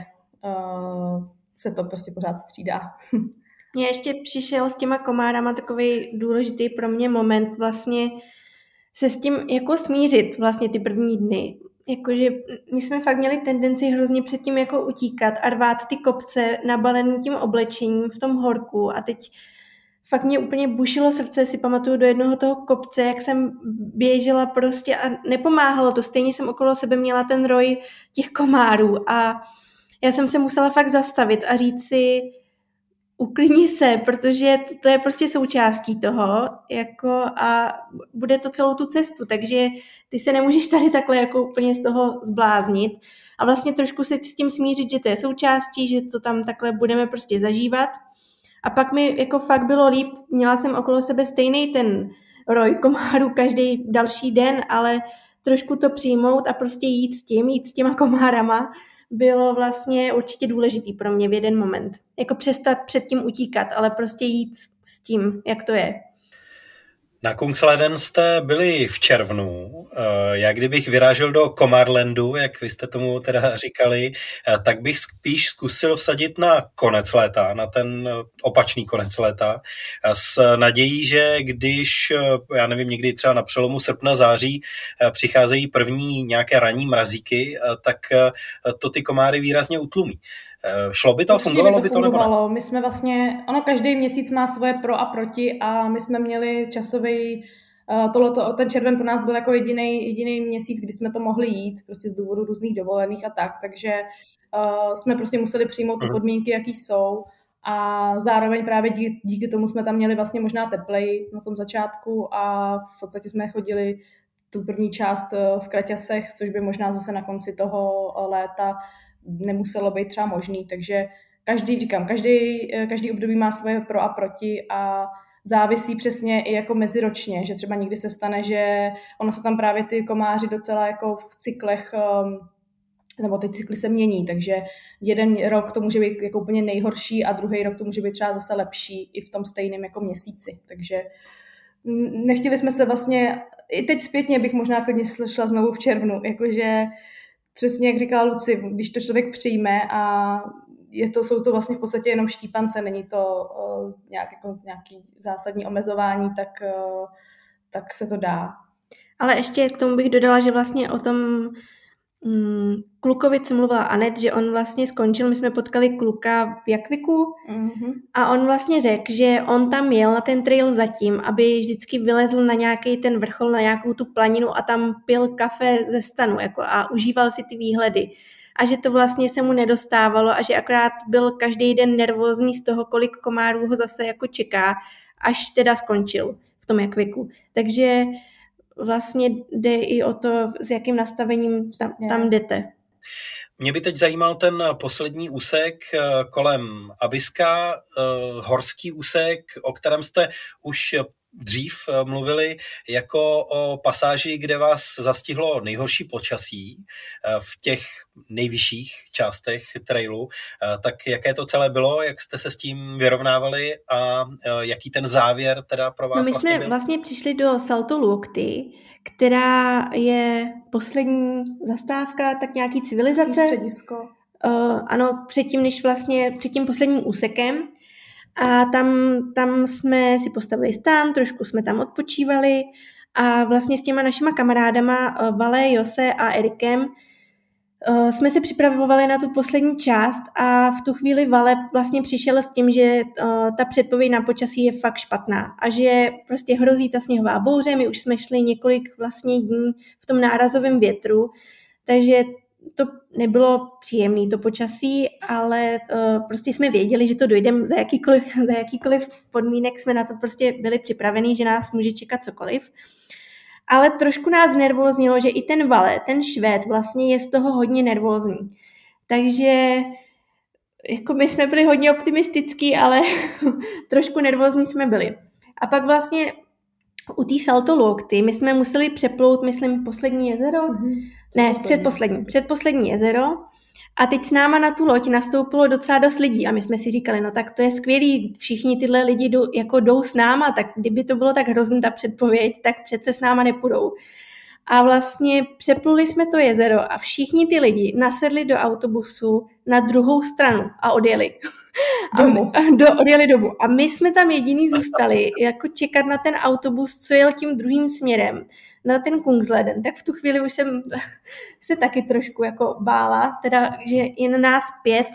se to prostě pořád střídá. Mně ještě přišel s těma komárama takový důležitý pro mě moment vlastně se s tím jako smířit vlastně ty první dny. Jakože my jsme fakt měli tendenci hrozně předtím jako utíkat a rvát ty kopce nabalený tím oblečením v tom horku a teď fakt mě úplně bušilo srdce, si pamatuju do jednoho toho kopce, jak jsem běžela prostě a nepomáhalo to, stejně jsem okolo sebe měla ten roj těch komárů a já jsem se musela fakt zastavit a říct si, uklidni se, protože to je prostě součástí toho jako a bude to celou tu cestu, takže ty se nemůžeš tady takhle jako úplně z toho zbláznit a vlastně trošku se s tím smířit, že to je součástí, že to tam takhle budeme prostě zažívat a pak mi jako fakt bylo líp, měla jsem okolo sebe stejný ten roj komárů každý další den, ale trošku to přijmout a prostě jít s těma komárama bylo vlastně určitě důležitý pro mě v jeden moment. Jako přestat před tím utíkat, ale prostě jít s tím, jak to je. Na Kungsleden jste byli v červnu. Já kdybych vyrážel do Komárlandu, jak vy jste tomu teda říkali, tak bych spíš zkusil vsadit na konec léta, na ten opačný konec léta, s nadějí, že když, já nevím, někdy třeba na přelomu srpna, září přicházejí první nějaké ranní mrazíky, tak to ty komáry výrazně utlumí. Šlo by to, fungovalo by to nebo ne? My jsme vlastně, každý měsíc má svoje pro a proti a my jsme měli časový, ten červen pro nás byl jako jediný měsíc, kdy jsme to mohli jít, prostě z důvodu různých dovolených a tak, takže jsme prostě museli přijmout ty podmínky, jaký jsou a zároveň právě díky tomu jsme tam měli vlastně možná teplej na tom začátku a v podstatě jsme chodili tu první část v kraťasech, což by možná zase na konci toho léta nemuselo být třeba možný, takže každý období má svoje pro a proti a závisí přesně i jako meziročně, že třeba někdy se stane, že ono se tam právě ty komáři docela jako v cyklech, nebo ty cykly se mění, takže jeden rok to může být jako úplně nejhorší a druhý rok to může být třeba zase lepší i v tom stejném jako měsíci, takže nechtěli jsme se vlastně, i teď zpětně bych možná klidně šla znovu v červnu, jakože přesně jak říkala Luci, když to člověk přijme a jsou to vlastně v podstatě jenom štípance, není to nějaký zásadní omezování, tak se to dá. Ale ještě k tomu bych dodala, že vlastně o tom klukovi, co mluvila Anet, že on vlastně skončil, my jsme potkali kluka v Jakviku a on vlastně řekl, že on tam jel na ten trail zatím, aby vždycky vylezl na nějaký ten vrchol, na nějakou tu planinu a tam pil kafe ze stanu jako, a užíval si ty výhledy. A že to vlastně se mu nedostávalo a že akorát byl každý den nervózní z toho, kolik komárů ho zase jako čeká, až teda skončil v tom Jakviku. Takže vlastně jde i o to, s jakým nastavením tam jdete. Mě by teď zajímal ten poslední úsek kolem Abiska, horský úsek, o kterém jste už dřív mluvili jako o pasáži, kde vás zastihlo nejhorší počasí v těch nejvyšších částech trailu. Tak jaké to celé bylo, jak jste se s tím vyrovnávali a jaký ten závěr teda pro vás vlastně byl? My jsme vlastně přišli do Salto Luokty, která je poslední zastávka tak nějaký civilizace. Středisko. Ano, před tím posledním úsekem. A tam jsme si postavili stán, trošku jsme tam odpočívali a vlastně s těma našima kamarádama Vale, Jose a Erikem jsme se připravovali na tu poslední část a v tu chvíli Vale vlastně přišel s tím, že ta předpověď na počasí je fakt špatná a že prostě hrozí ta sněhová bouře. My už jsme šli několik vlastně dní v tom nárazovém větru, takže to nebylo příjemné to počasí, ale prostě jsme věděli, že to dojdeme za jakýkoliv podmínek, jsme na to prostě byli připravení, že nás může čekat cokoliv. Ale trošku nás nervóznilo, že i ten Vale, ten Švéd vlastně je z toho hodně nervózní. Takže jako my jsme byli hodně optimistický, ale trošku nervózní jsme byli. A pak vlastně u té Saltoluokty my jsme museli přeplout, myslím, poslední jezero? Předposlední jezero. A teď s náma na tu loď nastoupilo docela dost lidí a my jsme si říkali, no tak to je skvělý, všichni tyhle lidi jdou s náma, tak kdyby to bylo tak hrozný ta předpověď, tak přece s náma nepůjdou. A vlastně přepluli jsme to jezero a všichni ty lidi nasedli do autobusu na druhou stranu a odjeli. Odjeli domů. A my jsme tam jediný zůstali, jako čekat na ten autobus, co jel tím druhým směrem, na ten Kungsleden. Tak v tu chvíli už jsem se taky trošku jako bála, teda, že jen nás 5,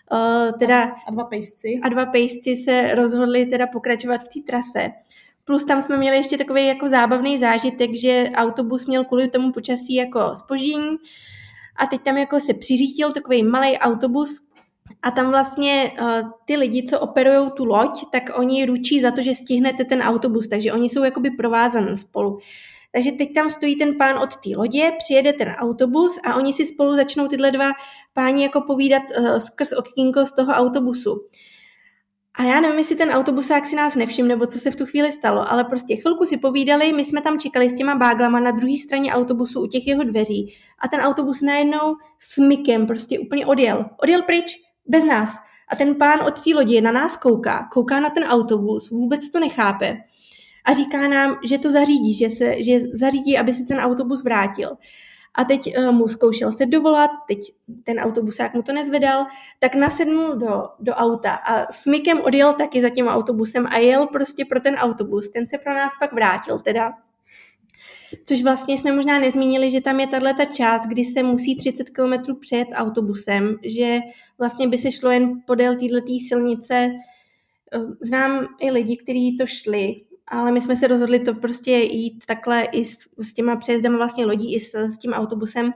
a dva pejsci se rozhodli teda pokračovat v té trase. Plus tam jsme měli ještě takový jako zábavný zážitek, že autobus měl kvůli tomu počasí jako zpoždění a teď tam jako se přiřítil takový malý autobus a tam vlastně ty lidi, co operujou tu loď, tak oni ručí za to, že stihnete ten autobus, takže oni jsou jakoby provázaní spolu. Takže teď tam stojí ten pán od té lodě, přijede ten autobus a oni si spolu začnou tyhle dva páni jako povídat skrz okýnko z toho autobusu. A já nevím, jestli ten autobusák si nás nevšiml, nebo co se v tu chvíli stalo, ale prostě chvilku si povídali, my jsme tam čekali s těma báglama na druhé straně autobusu u těch jeho dveří a ten autobus najednou smykem prostě úplně odjel pryč, bez nás. A ten pán od té lodi na nás kouká na ten autobus, vůbec to nechápe. A říká nám, že to zařídí, že zařídí, aby se ten autobus vrátil. A teď mu zkoušel se dovolat, teď ten autobusák mu to nezvedal, tak nasednul do auta a smykem odjel taky za tím autobusem a jel prostě pro ten autobus. Ten se pro nás pak vrátil teda. Což vlastně jsme možná nezmínili, že tam je tato část, kdy se musí 30 km přejet autobusem, že vlastně by se šlo jen podél této silnice. Znám i lidi, kteří to šli, ale my jsme se rozhodli to prostě jít takhle i s těma přejezdama vlastně lodí i s tím autobusem.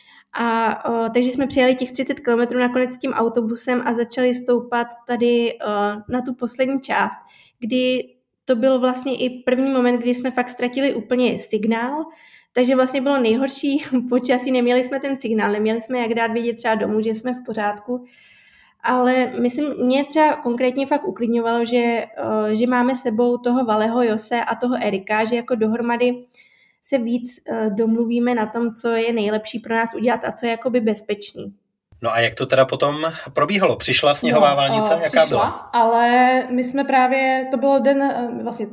Takže jsme přijeli těch 30 km nakonec s tím autobusem a začali stoupat tady na tu poslední část, kdy to byl vlastně i první moment, kdy jsme fakt ztratili úplně signál, takže vlastně bylo nejhorší počasí, neměli jsme ten signál, neměli jsme jak dát vědět třeba domů, že jsme v pořádku, ale mě třeba konkrétně fakt uklidňovalo, že máme sebou toho Valeho, Jose a toho Erika, že jako dohromady se víc domluvíme na tom, co je nejlepší pro nás udělat a co je jakoby bezpečný. No a jak to teda potom probíhalo? Přišla sněhová vánice? Jaká přišla, byla? Ale my jsme právě, to byl den, vlastně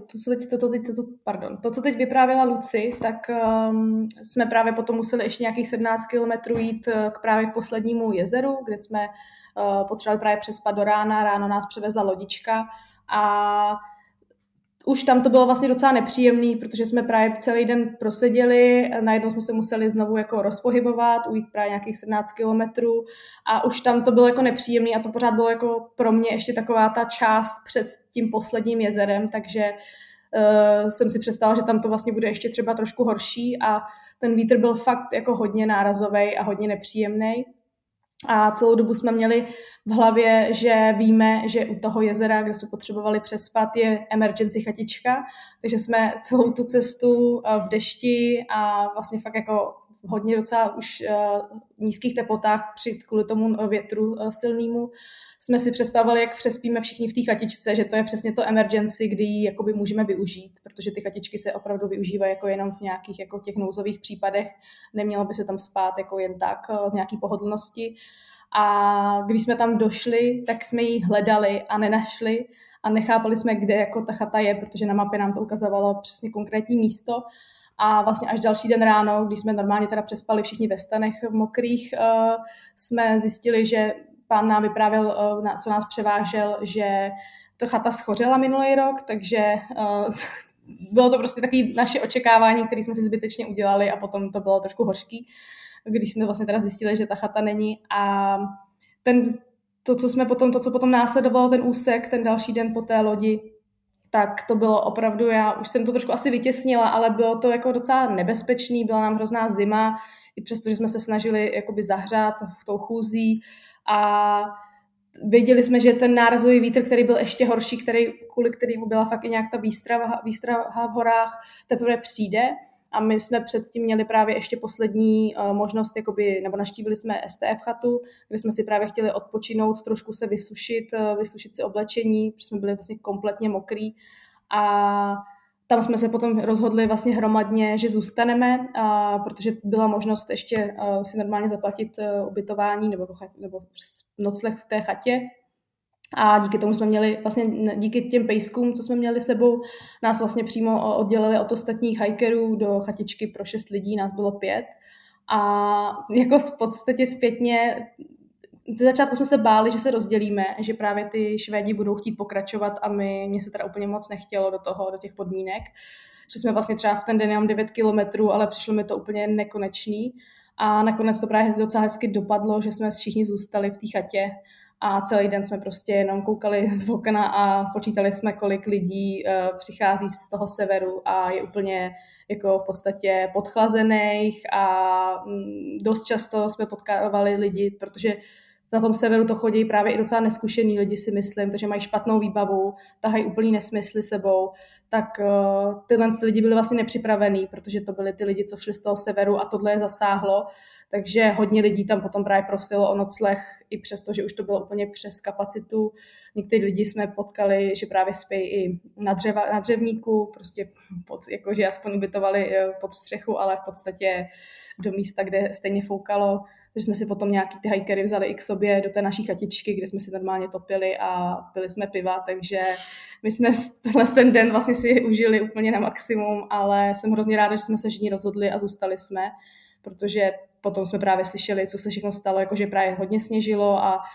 to, co teď vyprávěla Luci, tak jsme právě potom museli ještě nějakých 17 kilometrů jít právě k poslednímu jezeru, kde jsme potřebovali právě přespat do rána, ráno nás převezla lodička a už tam to bylo vlastně docela nepříjemný, protože jsme právě celý den proseděli, najednou jsme se museli znovu jako rozpohybovat, ujít právě nějakých 17 kilometrů a už tam to bylo jako nepříjemný a to pořád bylo jako pro mě ještě taková ta část před tím posledním jezerem, takže jsem si představila, že tam to vlastně bude ještě třeba trošku horší a ten vítr byl fakt jako hodně nárazový a hodně nepříjemný. A celou dobu jsme měli v hlavě, že víme, že u toho jezera, kde jsme potřebovali přespat, je emergency chatička, takže jsme celou tu cestu v dešti a vlastně fakt jako hodně docela už v nízkých teplotách kvůli tomu větru silnému jsme si představovali, jak přespíme všichni v té chatičce, že to je přesně to emergency, kdy ji jakoby můžeme využít, protože ty chatičky se opravdu využívají jako jenom v nějakých jako těch nouzových případech, nemělo by se tam spát jako jen tak z nějaký pohodlnosti. A když jsme tam došli, tak jsme ji hledali a nenašli a nechápali jsme, kde jako ta chata je, protože na mapě nám to ukazovalo přesně konkrétní místo. A vlastně až další den ráno, když jsme normálně teda přespali všichni ve stanech mokrých, jsme zjistili, že pán nám vyprávěl, co nás převážel, že ta chata schořela minulý rok, takže bylo to prostě takové naše očekávání, které jsme si zbytečně udělali a potom to bylo trošku hořký, když jsme vlastně teda zjistili, že ta chata není. A to, co potom následovalo, ten úsek, ten další den po té lodi, tak to bylo opravdu, já už jsem to trošku asi vytěsnila, ale bylo to jako docela nebezpečný, byla nám hrozná zima, i přesto, že jsme se snažili jakoby zahřát tou chůzí a věděli jsme, že ten nárazový vítr, který byl ještě horší, kvůli kterému byla fakt i nějak ta výstraha v horách, teprve přijde. A my jsme předtím měli právě ještě poslední možnost, nebo navštívili jsme STF chatu, kde jsme si právě chtěli odpočinout, trošku se vysušit si oblečení, protože jsme byli vlastně kompletně mokrý. A tam jsme se potom rozhodli vlastně hromadně, že zůstaneme, protože byla možnost ještě si normálně zaplatit ubytování nebo nocleh v té chatě. A díky tomu jsme měli, vlastně díky těm pejskům, co jsme měli sebou, nás vlastně přímo oddělili od ostatních hikerů do chatičky pro 6 lidí, nás bylo 5. A jako v podstatě zpětně, ze začátku jsme se báli, že se rozdělíme, že právě ty Švédi budou chtít pokračovat a mně se teda úplně moc nechtělo do těch podmínek. Že jsme vlastně třeba v ten den jenom 9 kilometrů, ale přišlo mi to úplně nekonečný. A nakonec to právě docela hezky dopadlo, že jsme všichni zůstali v té chatě. A celý den jsme prostě jenom koukali z okna a počítali jsme, kolik lidí přichází z toho severu a je úplně jako v podstatě podchlazených a dost často jsme potkávali lidi, protože na tom severu to chodí právě i docela neskušený lidi, si myslím, takže mají špatnou výbavu, tahají úplný nesmysly sebou, tak tyhle lidi byli vlastně nepřipravení, protože to byli ty lidi, co šli z toho severu a tohle je zasáhlo. Takže hodně lidí tam potom právě prosilo o nocleh, i přesto, že už to bylo úplně přes kapacitu. Některý lidi jsme potkali, že právě spí i na dřevníku, prostě jakože aspoň ubytovali pod střechu, ale v podstatě do místa, kde stejně foukalo. Takže jsme si potom nějaký ty hikery vzali i k sobě do té naší chatičky, kde jsme si normálně topili a pili jsme piva, takže my jsme ten den vlastně si užili úplně na maximum, ale jsem hrozně ráda, že jsme se všichni rozhodli a zůstali jsme, protože potom jsme právě slyšeli, co se všechno stalo, jakože právě hodně sněžilo a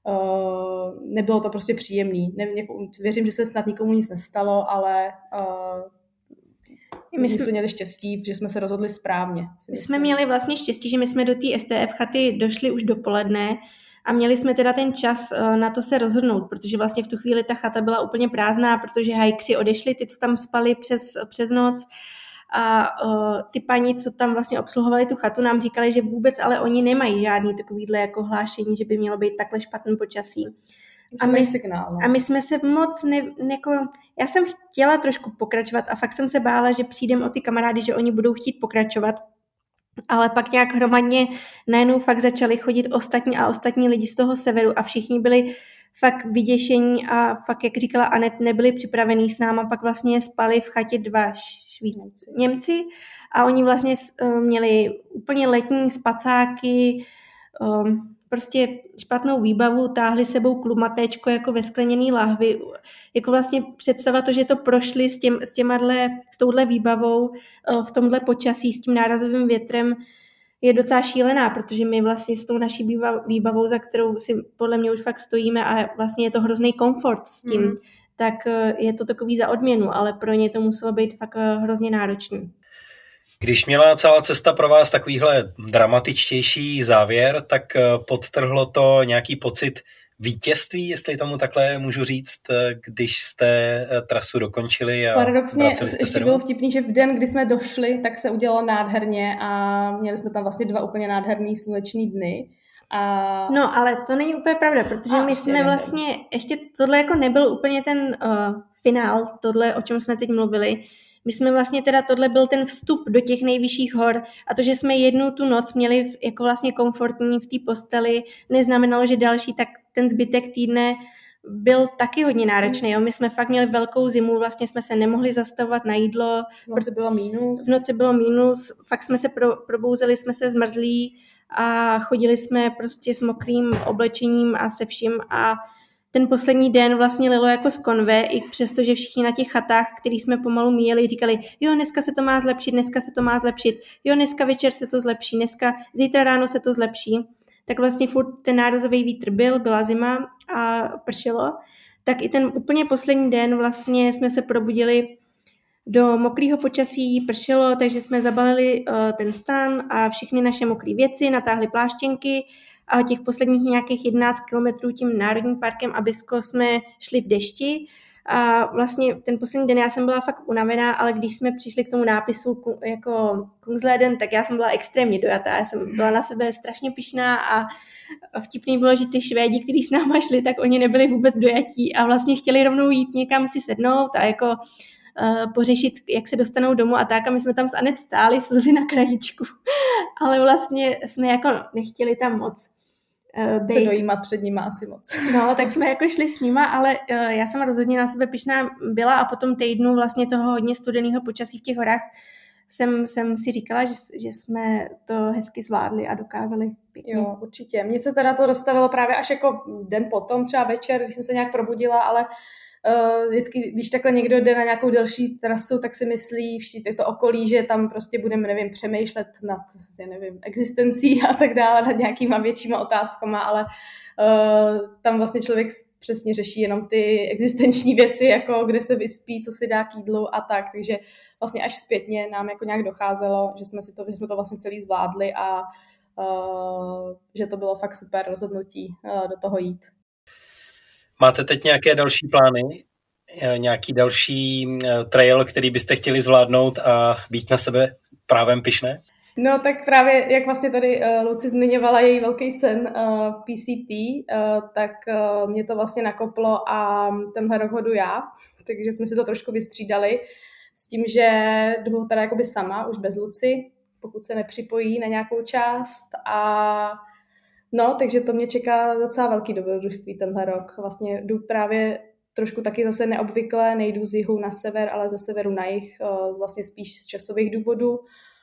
nebylo to prostě příjemný. Věřím, že se snad nikomu nic nestalo, ale my jsme měli štěstí, že jsme se rozhodli správně. My jsme měli vlastně štěstí, že my jsme do té STF chaty došli už dopoledne a měli jsme teda ten čas na to se rozhodnout, protože vlastně v tu chvíli ta chata byla úplně prázdná, protože hajkři odešli, ty, co tam spali přes noc. A ty paní, co tam vlastně obsluhovali tu chatu, nám říkali, že vůbec ale oni nemají žádný takovýhle jako hlášení, že by mělo být takhle špatný počasí. A my jsme se moc já jsem chtěla trošku pokračovat a fakt jsem se bála, že přijdem o ty kamarády, že oni budou chtít pokračovat, ale pak nějak hromadně najednou fakt začali chodit ostatní lidi z toho severu a všichni byli fakt vyděšení a fakt, jak říkala Anet, nebyli připravení s náma, pak vlastně spali v chatě 2 Němci a oni vlastně měli úplně letní spacáky, prostě špatnou výbavu, táhli sebou klumatéčko jako ve skleněný lahvi, jako vlastně představa to, že to prošli s touhle výbavou v tomhle počasí, s tím nárazovým větrem, je docela šílená, protože my vlastně s tou naší výbavou, za kterou si podle mě už fakt stojíme a vlastně je to hrozný komfort s tím, tak je to takový za odměnu, ale pro ně to muselo být fakt hrozně náročný. Když měla celá cesta pro vás takovýhle dramatičtější závěr, tak podtrhlo to nějaký pocit vítězství, jestli tomu takhle můžu říct, když jste trasu dokončili a paradoxně ještě bylo vtipný, že v den, kdy jsme došli, tak se udělalo nádherně a měli jsme tam vlastně 2 úplně nádherný sluneční dny. No, ale to není úplně pravda, protože my jsme vlastně, ještě tohle jako nebyl úplně ten finál, tohle, o čem jsme teď mluvili. My jsme vlastně teda, tohle byl ten vstup do těch nejvyšších hor a to, že jsme jednu tu noc měli jako vlastně komfortní v té posteli, neznamenalo, že další, tak ten zbytek týdne byl taky hodně náročný. Jo? My jsme fakt měli velkou zimu, vlastně jsme se nemohli zastavovat na jídlo. V noci bylo mínus, fakt jsme se probouzeli, jsme se zmrzlí a chodili jsme prostě s mokrým oblečením a se vším a ten poslední den vlastně lilo jako z konve, i přesto, že všichni na těch chatách, který jsme pomalu míjeli, říkali, jo, dneska se to má zlepšit, jo, dneska večer se to zlepší, zítra ráno se to zlepší. Tak vlastně furt ten nárazový vítr byla zima a pršelo. Tak i ten úplně poslední den vlastně jsme se probudili do mokrého počasí, pršelo, takže jsme zabalili ten stan a všechny naše mokré věci, natáhli pláštěnky a těch posledních nějakých 11 kilometrů tím národním parkem Abisko jsme šli v dešti a vlastně ten poslední den já jsem byla fakt unavená, ale když jsme přišli k tomu nápisu jako Kungsleden, tak já jsem byla extrémně dojatá, já jsem byla na sebe strašně pyšná a vtipný bylo, že ty Švédi, kteří s náma šli, tak oni nebyli vůbec dojatí a vlastně chtěli rovnou jít někam si sednout a jako pořešit, jak se dostanou domů a tak a my jsme tam s Anet stáli slzy na krajičku, ale vlastně jsme jako nechtěli tam moc se dojímat před nima asi moc. No, tak jsme jako šli s nima, ale já jsem rozhodně na sebe pyšná byla a po tom týdnu vlastně toho hodně studeného počasí v těch horách jsem si říkala, že jsme to hezky zvládli a dokázali pěkně. Jo, určitě. Mně se teda to dostavilo právě až jako den potom, třeba večer, když jsem se nějak probudila, ale vždycky, když takhle někdo jde na nějakou delší trasu, tak si myslí všichni to okolí, že tam prostě budeme, nevím, přemýšlet nad, existencí a tak dále, nad nějakýma většíma otázkama, ale tam vlastně člověk přesně řeší jenom ty existenční věci, jako kde se vyspí, co si dá k jídlu a tak, takže vlastně až zpětně nám jako nějak docházelo, že jsme to vlastně celý zvládli a že to bylo fakt super rozhodnutí do toho jít. Máte teď nějaké další plány? Nějaký další trail, který byste chtěli zvládnout a být na sebe právem pyšné? No tak právě, jak vlastně tady Luci zmiňovala její velký sen PCT, tak mě to vlastně nakoplo a tenhle rok ho jdu já, takže jsme si to trošku vystřídali s tím, že jdu teda jakoby sama, už bez Luci, pokud se nepřipojí na nějakou část a no, takže to mě čeká docela velký dobrodružství tenhle rok. Vlastně jdu právě trošku taky zase neobvykle, nejdu z jihu na sever, ale ze severu na jih, vlastně spíš z časových důvodů.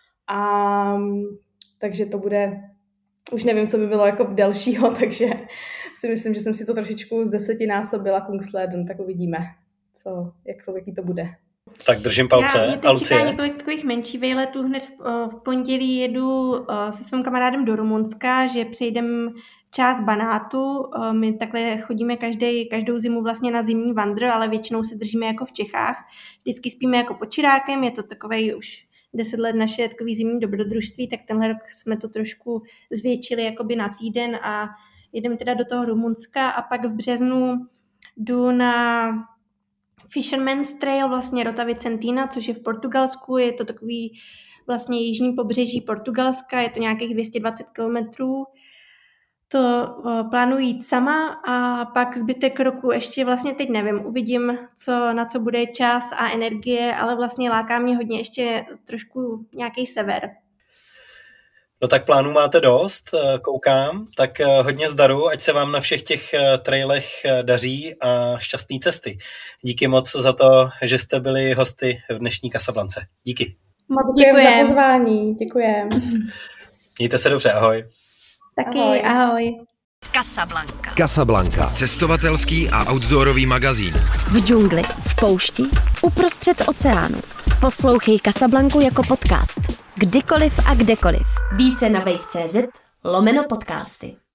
A takže to bude, už nevím, co by bylo jako delšího, takže si myslím, že jsem si to trošičku z 10násobila Kungsleden, tak uvidíme, jaký to bude. Tak držím palce. Mě teď čeká několik takových menších výletů. Hned v pondělí jedu se svým kamarádem do Rumunska, že přejdeme část Banátu. My takhle chodíme každou zimu vlastně na zimní vandr, ale většinou se držíme jako v Čechách. Vždycky spíme jako pod Čirákem, je to takovej už 10 let naše takový zimní dobrodružství, tak tenhle rok jsme to trošku zvětšili jakoby na týden a jedeme teda do toho Rumunska a pak v březnu jdu na Fisherman's Trail, vlastně Rota Vicentina, což je v Portugalsku, je to takový vlastně jižní pobřeží Portugalska, je to nějakých 220 kilometrů. To plánuji jít sama a pak zbytek roku ještě vlastně teď nevím, uvidím, na co bude čas a energie, ale vlastně láká mě hodně ještě trošku nějaký sever. No tak plánů máte dost, koukám, tak hodně zdaru, ať se vám na všech těch trailech daří a šťastný cesty. Díky moc za to, že jste byli hosty v dnešní Casablance. Díky. Moc děkujem za pozvání, děkujem. Mějte se dobře, ahoj. Taky, ahoj. Casablanca. Cestovatelský a outdoorový magazín. V džungli, v poušti, uprostřed oceánu. Poslouchej Casablancu jako podcast. Kdykoliv a kdekoliv. Více na wave.cz/podcasty.